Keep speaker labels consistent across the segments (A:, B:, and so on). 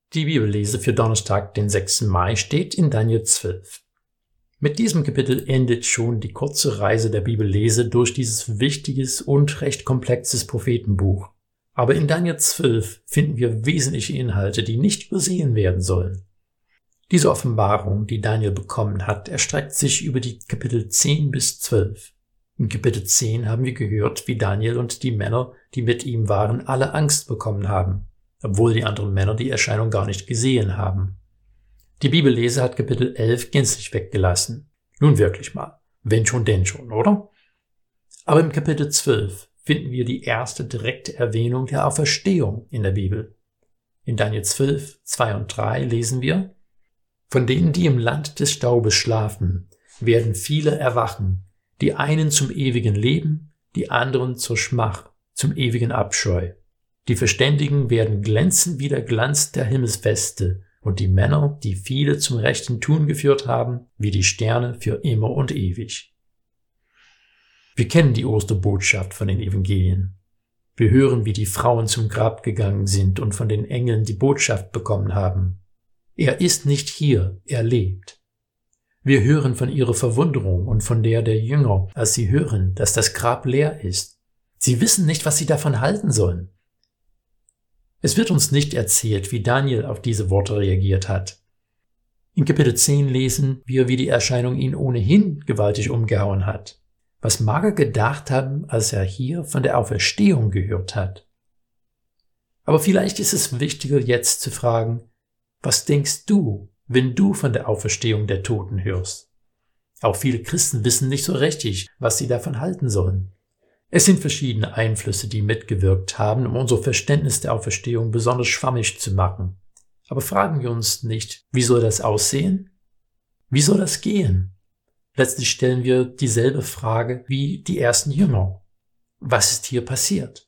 A: Die Bibellese für Donnerstag, den 6. Mai, steht in Daniel 12. Mit diesem Kapitel endet schon die kurze Reise der Bibellese durch dieses wichtiges und recht komplexes Prophetenbuch. Aber in Daniel 12 finden wir wesentliche Inhalte, die nicht übersehen werden sollen. Diese Offenbarung, die Daniel bekommen hat, erstreckt sich über die Kapitel 10 bis 12. In Kapitel 10 haben wir gehört, wie Daniel und die Männer, die mit ihm waren, alle Angst bekommen haben, obwohl die anderen Männer die Erscheinung gar nicht gesehen haben. Die Bibellese hat Kapitel 11 gänzlich weggelassen. Nun wirklich mal, wenn schon denn schon, oder? Aber im Kapitel 12 finden wir die erste direkte Erwähnung der Auferstehung in der Bibel. In Daniel 12, 2 und 3 lesen wir: Von denen, die im Land des Staubes schlafen, werden viele erwachen, die einen zum ewigen Leben, die anderen zur Schmach, zum ewigen Abscheu. Die Verständigen werden glänzen wie der Glanz der Himmelsweste, und die Männer, die viele zum rechten Tun geführt haben, wie die Sterne für immer und ewig. Wir kennen die Osterbotschaft von den Evangelien. Wir hören, wie die Frauen zum Grab gegangen sind und von den Engeln die Botschaft bekommen haben: Er ist nicht hier, er lebt. Wir hören von ihrer Verwunderung und von der Jünger, als sie hören, dass das Grab leer ist. Sie wissen nicht, was sie davon halten sollen. Es wird uns nicht erzählt, wie Daniel auf diese Worte reagiert hat. In Kapitel 10 lesen wir, wie die Erscheinung ihn ohnehin gewaltig umgehauen hat. Was mag er gedacht haben, als er hier von der Auferstehung gehört hat? Aber vielleicht ist es wichtiger, jetzt zu fragen: Was denkst du, wenn du von der Auferstehung der Toten hörst? Auch viele Christen wissen nicht so richtig, was sie davon halten sollen. Es sind verschiedene Einflüsse, die mitgewirkt haben, um unser Verständnis der Auferstehung besonders schwammig zu machen. Aber fragen wir uns nicht, wie soll das aussehen? Wie soll das gehen? Letztlich stellen wir dieselbe Frage wie die ersten Jünger. Was ist hier passiert?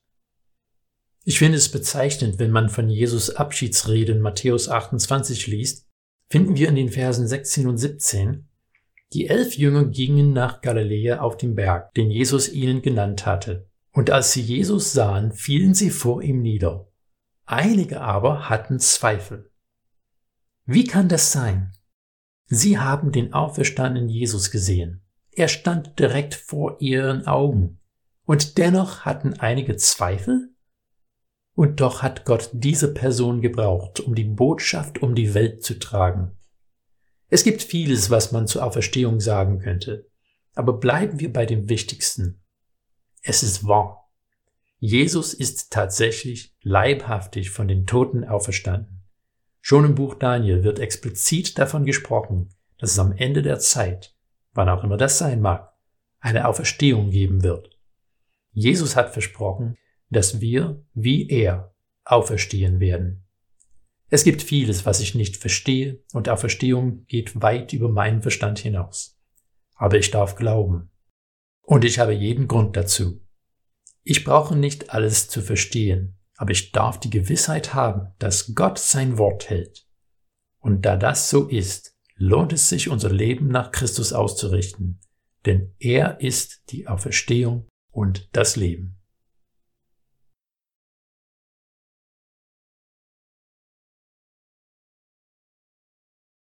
A: Ich finde es bezeichnend, wenn man von Jesus Abschiedsrede in Matthäus 28 liest, finden wir in den Versen 16 und 17: Die 11 Jünger gingen nach Galiläa auf den Berg, den Jesus ihnen genannt hatte. Und als sie Jesus sahen, fielen sie vor ihm nieder. Einige aber hatten Zweifel. Wie kann das sein? Sie haben den auferstandenen Jesus gesehen. Er stand direkt vor ihren Augen. Und dennoch hatten einige Zweifel? Und doch hat Gott diese Person gebraucht, um die Botschaft um die Welt zu tragen. Es gibt vieles, was man zur Auferstehung sagen könnte, aber bleiben wir bei dem Wichtigsten. Es ist wahr. Jesus ist tatsächlich leibhaftig von den Toten auferstanden. Schon im Buch Daniel wird explizit davon gesprochen, dass es am Ende der Zeit, wann auch immer das sein mag, eine Auferstehung geben wird. Jesus hat versprochen, dass wir, wie er, auferstehen werden. Es gibt vieles, was ich nicht verstehe, und Auferstehung geht weit über meinen Verstand hinaus. Aber ich darf glauben. Und ich habe jeden Grund dazu. Ich brauche nicht alles zu verstehen, aber ich darf die Gewissheit haben, dass Gott sein Wort hält. Und da das so ist, lohnt es sich, unser Leben nach Christus auszurichten, denn er ist die Auferstehung und das Leben.